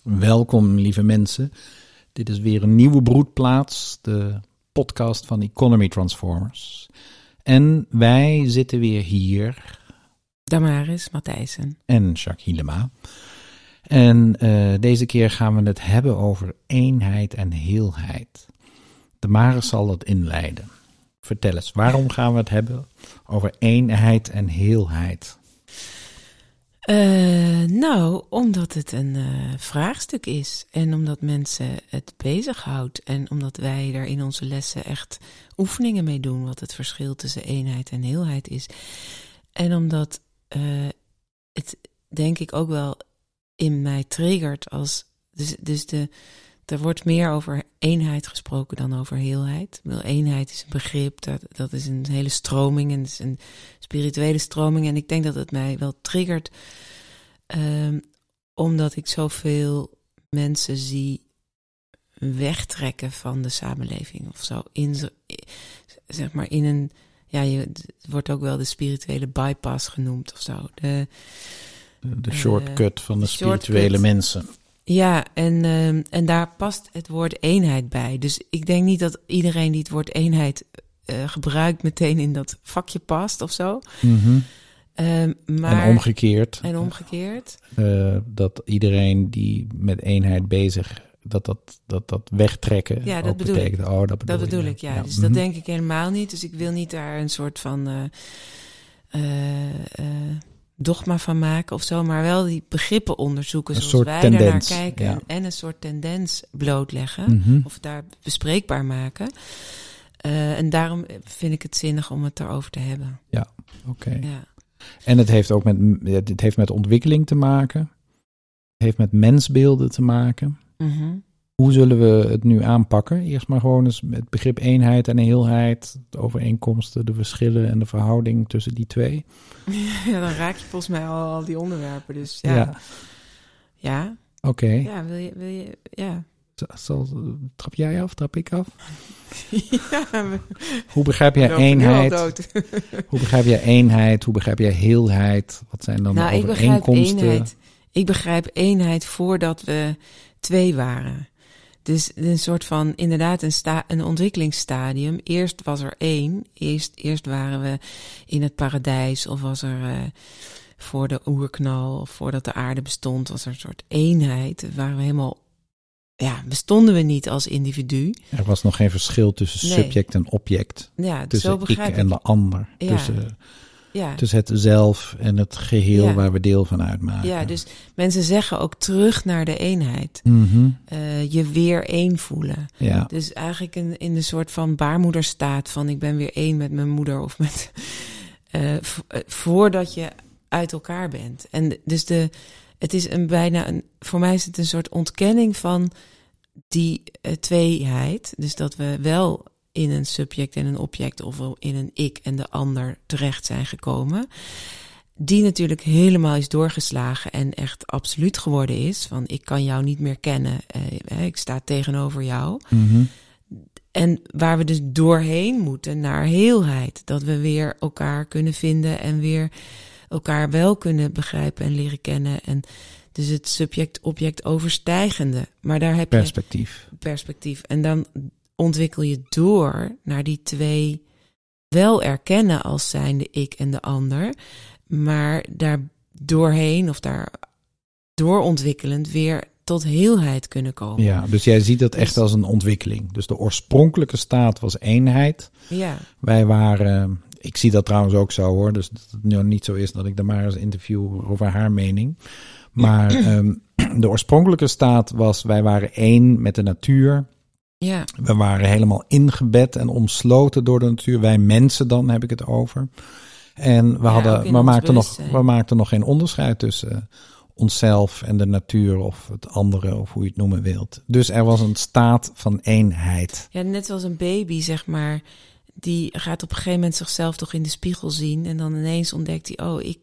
Welkom, lieve mensen. Dit is weer een nieuwe broedplaats, de podcast van Economy Transformers. En wij zitten weer hier. Damaris Matthijssen. En Jacques Hielema. En deze keer gaan we het hebben over eenheid en heelheid. Damaris zal dat inleiden. Vertel eens, waarom gaan we het hebben over eenheid en heelheid? Omdat het een vraagstuk is en omdat mensen het bezighoudt en omdat wij er in onze lessen echt oefeningen mee doen wat het verschil tussen eenheid en heelheid is. En omdat het denk ik ook wel in mij triggert als er wordt meer over eenheid gesproken dan over heelheid. Eenheid is een begrip, dat is een hele stroming en het is een spirituele stroming. En ik denk dat het mij wel triggert, omdat ik zoveel mensen zie wegtrekken van de samenleving of zo. Het wordt ook wel de spirituele bypass genoemd of zo. De shortcut van de spirituele mensen. Ja, en daar past het woord eenheid bij. Dus ik denk niet dat iedereen die het woord eenheid gebruikt meteen in dat vakje past of zo. Mm-hmm. Maar, en omgekeerd. Dat iedereen die met eenheid bezig, dat wegtrekken. Ja, dat bedoel betekent, ik. Dat bedoel ik, ja. Dus dat denk ik helemaal niet. Dus ik wil niet daar een soort van dogma van maken of zo, maar wel die begrippen onderzoeken zoals wij daarnaar kijken en een soort tendens blootleggen of daar bespreekbaar maken. En daarom vind ik het zinnig om het erover te hebben. Ja, oké. Ja. En het heeft met ontwikkeling te maken. Het heeft met mensbeelden te maken. Mm-hmm. Hoe zullen we het nu aanpakken? Eerst maar gewoon eens het begrip eenheid en heelheid, de overeenkomsten, de verschillen en de verhouding tussen die twee. Ja, dan raak je volgens mij al die onderwerpen. Dus ja. Ja. Oké. Ja, wil je, ja. Trap jij af? Trap ik af? Ja. Hoe begrijp jij eenheid? Hoe begrijp jij eenheid? Hoe begrijp jij heelheid? Wat zijn dan de overeenkomsten? Ik begrijp eenheid voordat we twee waren. Dus een soort van, inderdaad, een ontwikkelingsstadium. Eerst was er één. Eerst waren we in het paradijs. Of was er voor de oerknal, of voordat de aarde bestond, was er een soort eenheid. Waren we helemaal, bestonden we niet als individu. Er was nog geen verschil tussen subject en object. Ja, tussen zo begrijp ik en de ander. Ja. Tussen het zelf en het geheel waar we deel van uitmaken. Ja, dus mensen zeggen ook terug naar de eenheid. Mm-hmm. Je weer één voelen. Ja. Dus eigenlijk in de soort van baarmoederstaat van ik ben weer één met mijn moeder of met voordat je uit elkaar bent. En dus het is voor mij is het een soort ontkenning van die tweeheid. Dus dat we wel in een subject en een object of in een ik en de ander terecht zijn gekomen. Die natuurlijk helemaal is doorgeslagen en echt absoluut geworden is. Van ik kan jou niet meer kennen, ik sta tegenover jou. Mm-hmm. En waar we dus doorheen moeten naar heelheid. Dat we weer elkaar kunnen vinden en weer elkaar wel kunnen begrijpen en leren kennen. En dus het subject-object overstijgende. Maar daar heb je perspectief. En dan ontwikkel je door naar die twee wel erkennen als zijnde ik en de ander, maar daar doorheen of daar doorontwikkelend weer tot heelheid kunnen komen. Ja, dus jij ziet dat echt als een ontwikkeling. Dus de oorspronkelijke staat was eenheid. Ja. Wij waren, ik zie dat trouwens ook zo hoor, dus dat het nu niet zo is dat ik er maar eens interview over haar mening. Maar de oorspronkelijke staat was, wij waren één met de natuur. Ja. We waren helemaal ingebed en omsloten door de natuur. Wij mensen dan, heb ik het over. En we maakten nog geen onderscheid tussen onszelf en de natuur of het andere, of hoe je het noemen wilt. Dus er was een staat van eenheid. Ja, net zoals een baby, zeg maar, die gaat op een gegeven moment zichzelf toch in de spiegel zien en dan ineens ontdekt hij,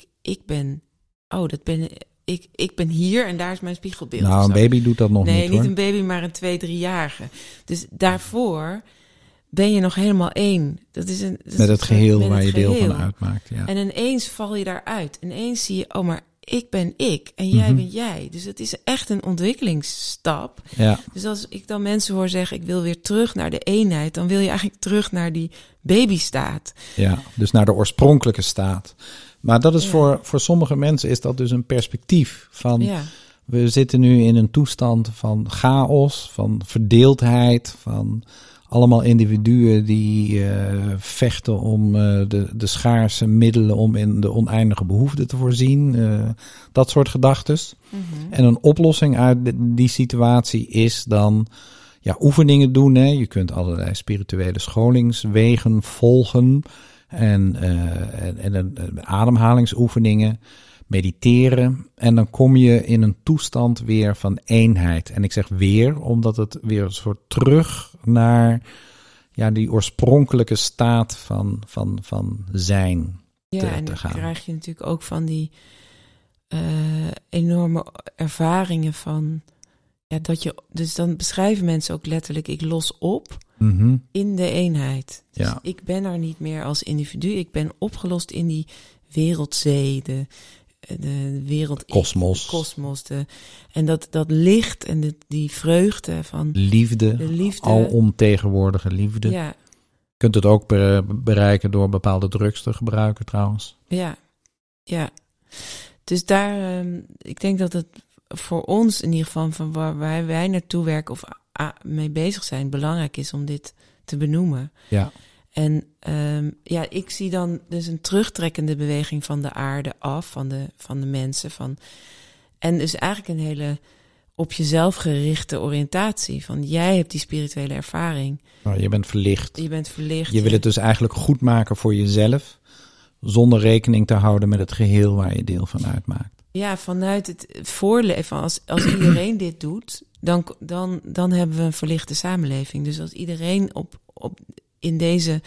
ik ben hier en daar is mijn spiegelbeeld. Nou, een baby doet dat nog niet, hoor. Nee, niet een baby, maar een 2-3-jarige. Dus daarvoor ben je nog helemaal één. Met het geheel waar je deel van uitmaakt. Ja. En ineens val je daaruit. Ineens zie je, maar ik ben ik en jij bent jij. Dus het is echt een ontwikkelingsstap. Ja. Dus als ik dan mensen hoor zeggen, ik wil weer terug naar de eenheid, dan wil je eigenlijk terug naar die babystaat. Ja, dus naar de oorspronkelijke staat. Maar dat is voor sommige mensen is dat dus een perspectief van... Ja. We zitten nu in een toestand van chaos, van verdeeldheid, van allemaal individuen die vechten om de schaarse middelen om in de oneindige behoeften te voorzien. Dat soort gedachtes. Mm-hmm. En een oplossing uit die situatie is dan oefeningen doen. Hè. Je kunt allerlei spirituele scholingswegen volgen en ademhalingsoefeningen. Mediteren en dan kom je in een toestand weer van eenheid. En ik zeg weer, omdat het weer een soort terug naar die oorspronkelijke staat van zijn te gaan. Ja, en dan krijg je natuurlijk ook van die enorme ervaringen van... dat je, dus dan beschrijven mensen ook letterlijk, ik los op in de eenheid. Dus ik ben er niet meer als individu, ik ben opgelost in die wereldzee, de wereld, kosmos. En dat licht en die vreugde van liefde, alomtegenwoordige liefde. Ja. Je kunt het ook bereiken door bepaalde drugs te gebruiken trouwens. Ja. Dus daar, ik denk dat het voor ons in ieder geval, van waar wij naartoe werken of mee bezig zijn, belangrijk is om dit te benoemen. Ja. En ik zie dan dus een terugtrekkende beweging van de aarde af, van de mensen. En dus eigenlijk een hele op jezelf gerichte oriëntatie. Van jij hebt die spirituele ervaring. Je bent verlicht. Je wil het dus eigenlijk goed maken voor jezelf, zonder rekening te houden met het geheel waar je deel van uitmaakt. Ja, vanuit het voorleven. Als iedereen dit doet, dan hebben we een verlichte samenleving. Dus als iedereen in deze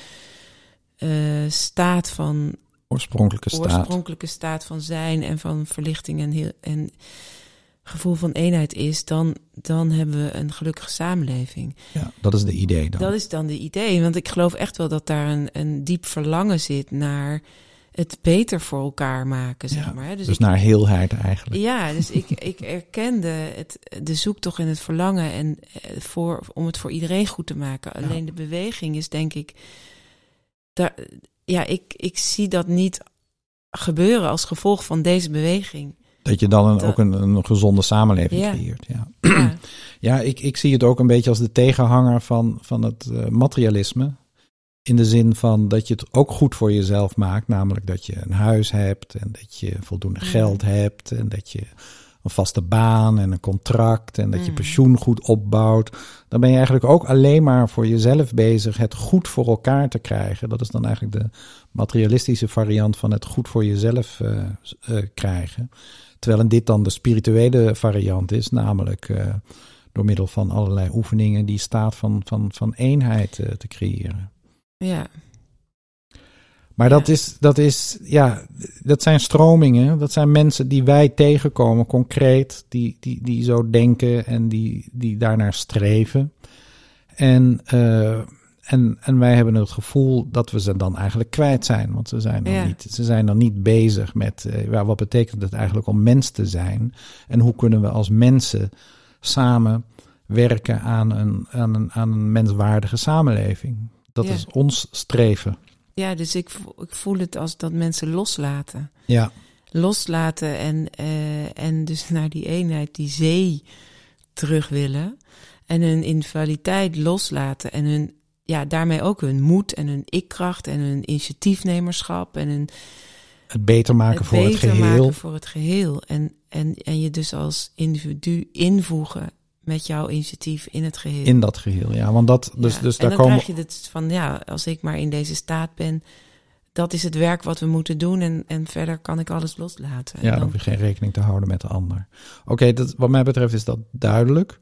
staat van... Oorspronkelijke staat van zijn en van verlichting en gevoel van eenheid is, dan hebben we een gelukkige samenleving. Ja, dat is de idee dan. Dat is dan de idee, want ik geloof echt wel dat daar een diep verlangen zit naar het beter voor elkaar maken, zeg maar. Dus naar heelheid eigenlijk. Ja, dus ik erkende de zoektocht en het verlangen en om het voor iedereen goed te maken. Alleen de beweging is, denk ik, ik zie dat niet gebeuren als gevolg van deze beweging. Dat je dan ook een gezonde samenleving creëert. Ja, ik zie het ook een beetje als de tegenhanger van het materialisme. In de zin van dat je het ook goed voor jezelf maakt. Namelijk dat je een huis hebt en dat je voldoende geld hebt. En dat je een vaste baan en een contract en dat je pensioen goed opbouwt. Dan ben je eigenlijk ook alleen maar voor jezelf bezig het goed voor elkaar te krijgen. Dat is dan eigenlijk de materialistische variant van het goed voor jezelf krijgen. Terwijl dit dan de spirituele variant is, namelijk door middel van allerlei oefeningen die staat van eenheid te creëren. Ja. Maar dat zijn stromingen, dat zijn mensen die wij tegenkomen, concreet, die zo denken en die daarnaar streven. En wij hebben het gevoel dat we ze dan eigenlijk kwijt zijn, want ze zijn dan niet bezig met wat betekent het eigenlijk om mens te zijn en hoe kunnen we als mensen samen werken aan een menswaardige samenleving. Dat is ons streven. Ja, dus ik voel het als dat mensen loslaten. Ja. Loslaten en dus naar die eenheid, die zee terug willen. En hun individualiteit loslaten. En daarmee ook hun moed en hun ikkracht en hun initiatiefnemerschap. En het beter maken voor het geheel. Voor het geheel. En je dus als individu invoegen met jouw initiatief in het geheel. In dat geheel, ja. Want dus daar krijg je het van, als ik maar in deze staat ben, dat is het werk wat we moeten doen en verder kan ik alles loslaten. Dan hoef je geen rekening te houden met de ander. Oké, wat mij betreft is dat duidelijk.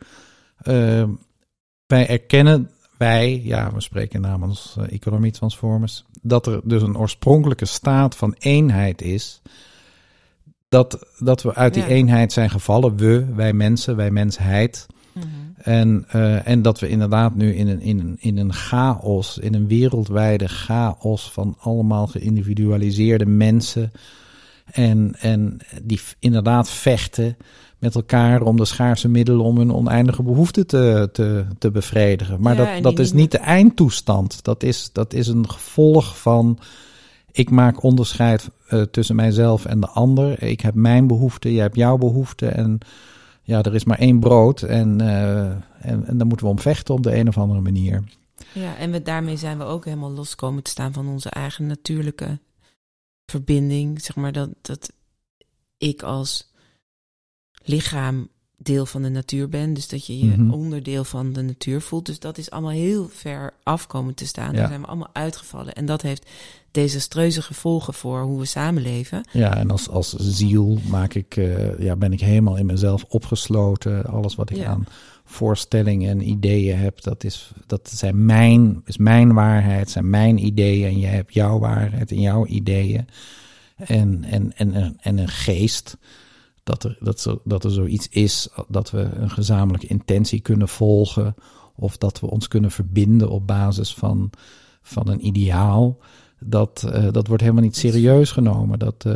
Wij erkennen, we spreken namens Economie Transformers, dat er dus een oorspronkelijke staat van eenheid is. Dat we uit die eenheid zijn gevallen, wij mensen, wij mensheid. Mm-hmm. En dat we inderdaad nu in een chaos, in een wereldwijde chaos van allemaal geïndividualiseerde mensen En die inderdaad vechten met elkaar om de schaarse middelen om hun oneindige behoeften te bevredigen. Maar dat is niet de eindtoestand. Dat is een gevolg van, ik maak onderscheid tussen mijzelf en de ander. Ik heb mijn behoeften, jij hebt jouw behoeften. En ja, er is maar één brood. En daar moeten we om vechten op de een of andere manier. Ja, en daarmee zijn we ook helemaal los komen te staan van onze eigen natuurlijke verbinding. Zeg maar dat ik als lichaam deel van de natuur ben. Dus dat je je onderdeel van de natuur voelt. Dus dat is allemaal heel ver afkomen te staan. Daar zijn we allemaal uitgevallen. En dat heeft desastreuze gevolgen voor hoe we samenleven. Ja, en als ziel ben ik helemaal in mezelf opgesloten. Alles wat ik aan voorstellingen en ideeën heb, is mijn waarheid, zijn mijn ideeën. En jij hebt jouw waarheid en jouw ideeën. En een geest. Dat er zoiets is, dat we een gezamenlijke intentie kunnen volgen, of dat we ons kunnen verbinden op basis van een ideaal, dat wordt helemaal niet serieus genomen.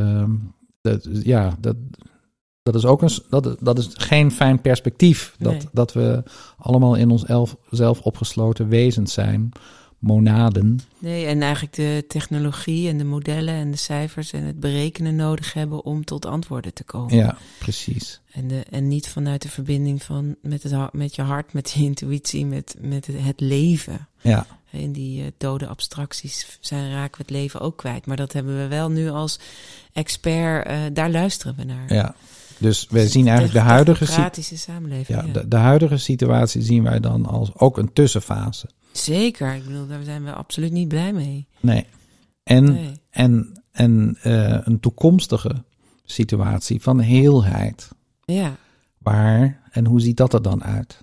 Dat is geen fijn perspectief. Nee. Dat we allemaal in onszelf opgesloten wezens zijn. Monaden. Nee, en eigenlijk de technologie en de modellen en de cijfers en het berekenen nodig hebben om tot antwoorden te komen. Ja, precies. En niet vanuit de verbinding met je hart, met je intuïtie, met het leven. Ja. In die dode abstracties raken we het leven ook kwijt. Maar dat hebben we wel nu als expert, daar luisteren we naar. Ja. Dus we zien eigenlijk de huidige samenleving. Ja. De huidige situatie zien wij dan als ook een tussenfase. Zeker, ik bedoel, daar zijn we absoluut niet blij mee. Nee. En een toekomstige situatie van heelheid. Ja. En hoe ziet dat er dan uit?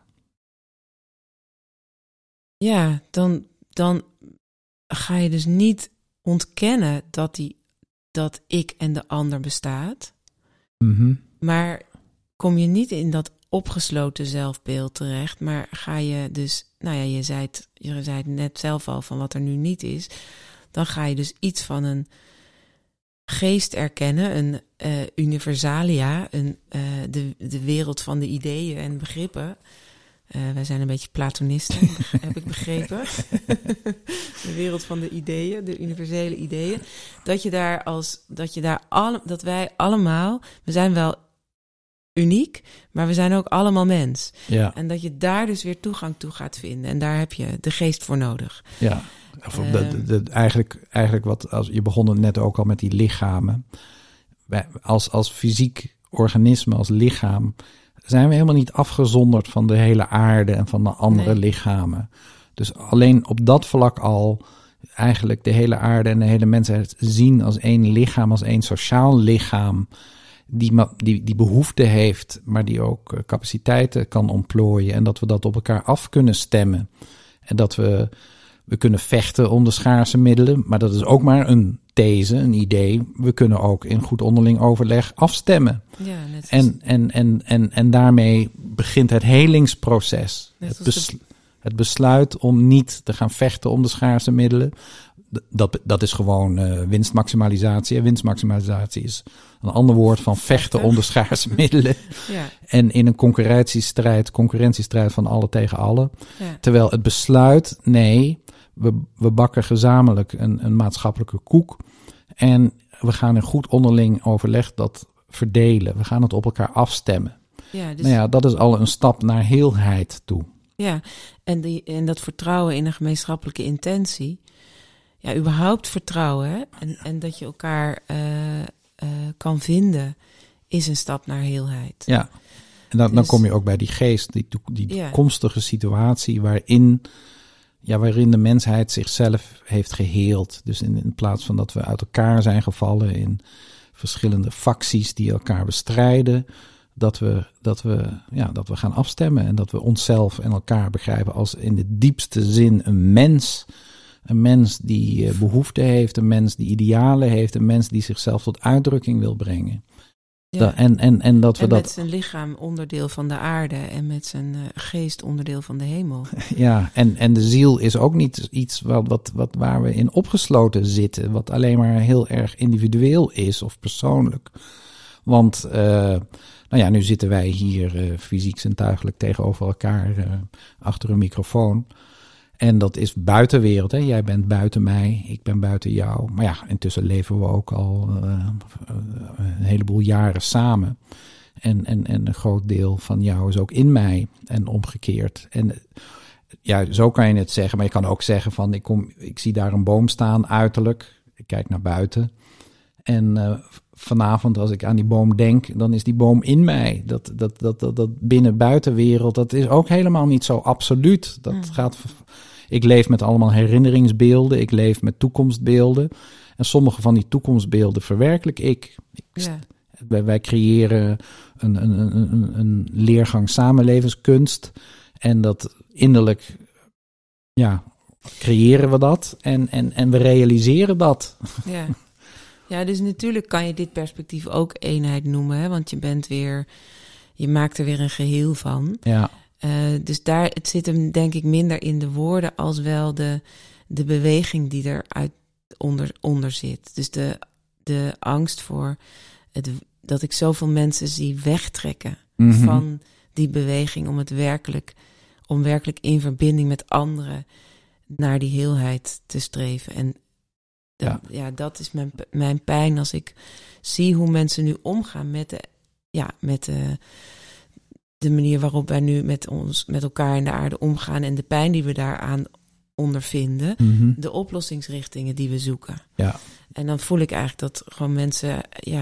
Ja, dan ga je dus niet ontkennen dat ik en de ander bestaat. Mm-hmm. Maar kom je niet in dat opgesloten zelfbeeld terecht, maar ga je dus, je zei het net zelf al van wat er nu niet is, dan ga je dus iets van een geest erkennen, een universalia, de wereld van de ideeën en begrippen. Wij zijn een beetje Platonisten, heb ik begrepen. De wereld van de ideeën, de universele ideeën. Dat wij allemaal, we zijn wel uniek, maar we zijn ook allemaal mens. Ja. En dat je daar dus weer toegang toe gaat vinden. En daar heb je de geest voor nodig. Ja, eigenlijk als je begon het net ook al met die lichamen. Als fysiek organisme, als lichaam, zijn we helemaal niet afgezonderd van de hele aarde en van de andere lichamen. Dus alleen op dat vlak al eigenlijk de hele aarde en de hele mensheid zien als één lichaam, als één sociaal lichaam, die behoefte heeft, maar die ook capaciteiten kan ontplooien. En dat we dat op elkaar af kunnen stemmen. En dat we kunnen vechten om de schaarse middelen, maar dat is ook maar een these, een idee. We kunnen ook in goed onderling overleg afstemmen. Ja, en daarmee begint het helingsproces. Het besluit om niet te gaan vechten om de schaarse middelen. Dat is gewoon winstmaximalisatie. En winstmaximalisatie is een ander woord van vechten om de schaarse middelen. Ja. En in een concurrentiestrijd van alle tegen alle. Ja. Terwijl het besluit, nee, we bakken gezamenlijk een maatschappelijke koek. En we gaan in goed onderling overleg dat verdelen. We gaan het op elkaar afstemmen. Ja, dus dat is al een stap naar heelheid toe. Ja, en dat vertrouwen in een gemeenschappelijke intentie. Ja, überhaupt vertrouwen. Hè? En dat je elkaar kan vinden, is een stap naar heelheid. Ja, en dan kom je ook bij die geest, die toekomstige situatie waarin de mensheid zichzelf heeft geheeld. Dus in plaats van dat we uit elkaar zijn gevallen in verschillende facties die elkaar bestrijden, dat we gaan afstemmen en dat we onszelf en elkaar begrijpen als in de diepste zin een mens. Een mens die behoefte heeft, een mens die idealen heeft, een mens die zichzelf tot uitdrukking wil brengen. Ja. En dat we en dat. Met zijn lichaam onderdeel van de aarde en met zijn geest onderdeel van de hemel. Ja, en de ziel is ook niet iets waar we in opgesloten zitten, wat alleen maar heel erg individueel is of persoonlijk. Want nu zitten wij hier fysiek zintuigelijk tegenover elkaar achter een microfoon. En dat is buitenwereld. Hè? Jij bent buiten mij, ik ben buiten jou. Maar ja, intussen leven we ook al een heleboel jaren samen. En een groot deel van jou is ook in mij en omgekeerd. En ja, zo kan je het zeggen. Maar je kan ook zeggen van, ik zie daar een boom staan uiterlijk. Ik kijk naar buiten. En vanavond als ik aan die boom denk, dan is die boom in mij. Dat binnen-buitenwereld, dat is ook helemaal niet zo absoluut. Ik leef met allemaal herinneringsbeelden. Ik leef met toekomstbeelden. En sommige van die toekomstbeelden verwerkelijk ik. Wij creëren een leergang samenlevingskunst. En dat innerlijk, creëren we dat. En we realiseren dat. Ja. Ja, dus natuurlijk kan je dit perspectief ook eenheid noemen. Hè? Want je maakt er weer een geheel van. Ja. Dus het zit hem denk ik minder in de woorden als wel de beweging die eruit onder zit. Dus de angst voor dat ik zoveel mensen zie wegtrekken van die beweging om werkelijk in verbinding met anderen naar die heelheid te streven. En dat is mijn pijn als ik zie hoe mensen nu omgaan met de manier waarop wij nu met elkaar in de aarde omgaan en de pijn die we daaraan ondervinden, de oplossingsrichtingen die we zoeken. Ja. En dan voel ik eigenlijk dat gewoon mensen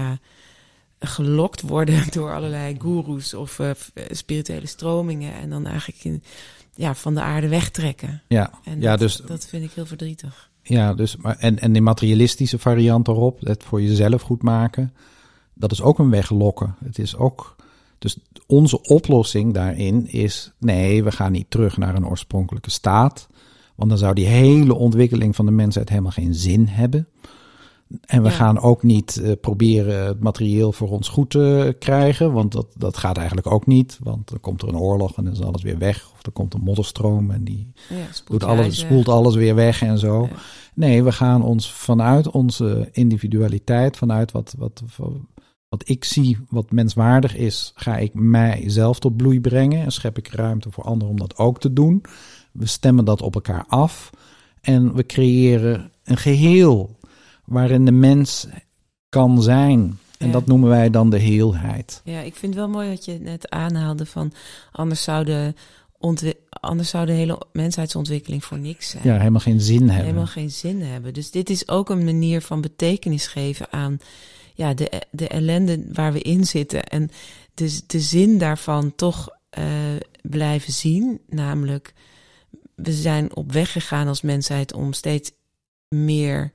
gelokt worden door allerlei goeroes of spirituele stromingen en dan eigenlijk van de aarde wegtrekken. Ja. En dat vind ik heel verdrietig. Ja, dus en die materialistische variant erop, het voor jezelf goed maken, dat is ook een weglokken. Het is ook. Dus onze oplossing daarin is, nee, we gaan niet terug naar een oorspronkelijke staat. Want dan zou die hele ontwikkeling van de mensheid helemaal geen zin hebben. En we gaan ook niet proberen het materieel voor ons goed te krijgen. Want dat gaat eigenlijk ook niet. Want dan komt er een oorlog en dan is alles weer weg. Of er komt een modderstroom en die spoelt alles weer weg en zo. Ja. Nee, we gaan ons vanuit onze individualiteit, vanuit wat ik zie, wat menswaardig is, ga ik mijzelf tot bloei brengen en schep ik ruimte voor anderen om dat ook te doen. We stemmen dat op elkaar af en we creëren een geheel waarin de mens kan zijn. En dat noemen wij dan de heelheid. Ja, ik vind het wel mooi dat je het net aanhaalde van anders zou de hele menshheidsontwikkeling voor niks zijn. Ja, helemaal geen zin hebben. Helemaal geen zin hebben. Dus dit is ook een manier van betekenis geven aan de ellende waar we in zitten. En dus de zin daarvan toch blijven zien. Namelijk, we zijn op weg gegaan als mensheid om steeds meer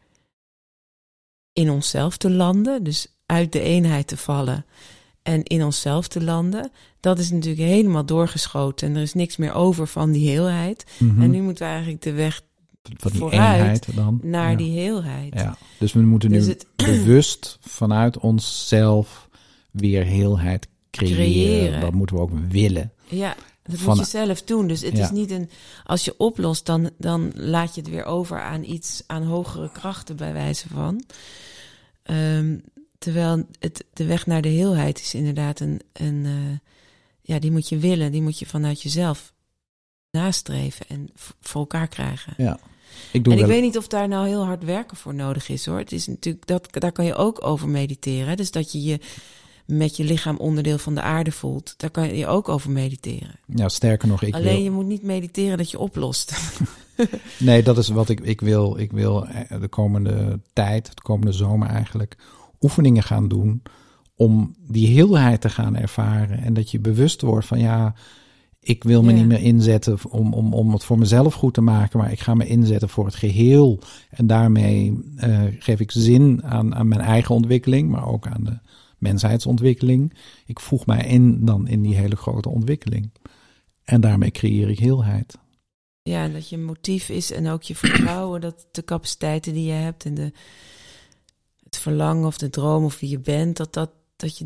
in onszelf te landen. Dus uit de eenheid te vallen en in onszelf te landen. Dat is natuurlijk helemaal doorgeschoten. En er is niks meer over van die heelheid. En nu moeten we eigenlijk de weg van die vooruit eenheid dan naar die heelheid. Ja. Dus we moeten nu bewust vanuit onszelf weer heelheid creëren. Dat moeten we ook willen. Ja, dat moet je zelf doen. Dus het is niet als je oplost, dan laat je het weer over aan hogere krachten bij wijze van. Terwijl de weg naar de heelheid is inderdaad die moet je willen, die moet je vanuit jezelf nastreven en voor elkaar krijgen. Ja. Ik weet niet of daar nou heel hard werken voor nodig is, hoor. Het is natuurlijk daar kan je ook over mediteren. Dus dat je met je lichaam onderdeel van de aarde voelt, daar kan je ook over mediteren. Ja, sterker nog, je moet niet mediteren dat je oplost. Nee, dat is wat ik wil. Ik wil de komende tijd, de komende zomer eigenlijk, oefeningen gaan doen om die heelheid te gaan ervaren. En dat je bewust wordt van ik wil me niet meer inzetten om het voor mezelf goed te maken, maar ik ga me inzetten voor het geheel. En daarmee geef ik zin aan mijn eigen ontwikkeling, maar ook aan de menshheidsontwikkeling. Ik voeg mij in die hele grote ontwikkeling. En daarmee creëer ik heelheid. Ja, en dat je motief is en ook je vertrouwen, dat de capaciteiten die je hebt en het verlangen of de droom of wie je bent, dat je die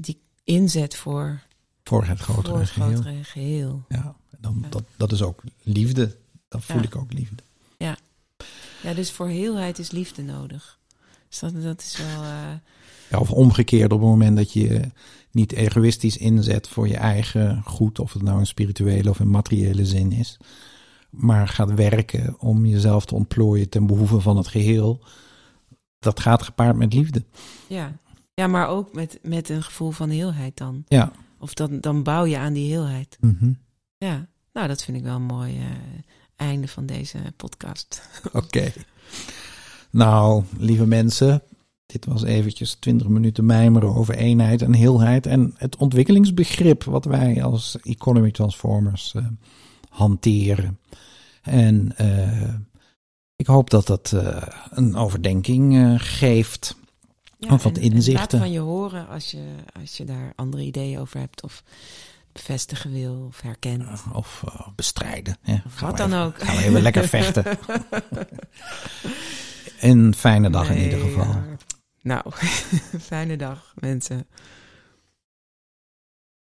inzet voor het grotere geheel. Ja, dat is ook liefde. Dan voel ik ook liefde. Ja. Ja, dus voor heelheid is liefde nodig. Dus dat is wel... Ja, of omgekeerd, op het moment dat je niet egoïstisch inzet voor je eigen goed, of het nou een spirituele of een materiële zin is, maar gaat werken om jezelf te ontplooien ten behoeve van het geheel, dat gaat gepaard met liefde. Ja, maar ook met een gevoel van heelheid dan. Ja. Of dan bouw je aan die heelheid. Mm-hmm. Ja, nou dat vind ik wel een mooi einde van deze podcast. Oké. Nou, lieve mensen, dit was eventjes 20 minuten mijmeren over eenheid en heelheid en het ontwikkelingsbegrip wat wij als Economy Transformers hanteren. En ik hoop dat dat een overdenking geeft. Ja, of wat inzichten. Laat van je horen als je daar andere ideeën over hebt of bevestigen wil of herkent. Of bestrijden. Ja. Of wat dan ook. Gaan we even lekker vechten. Een fijne dag in ieder geval. Nou, fijne dag mensen.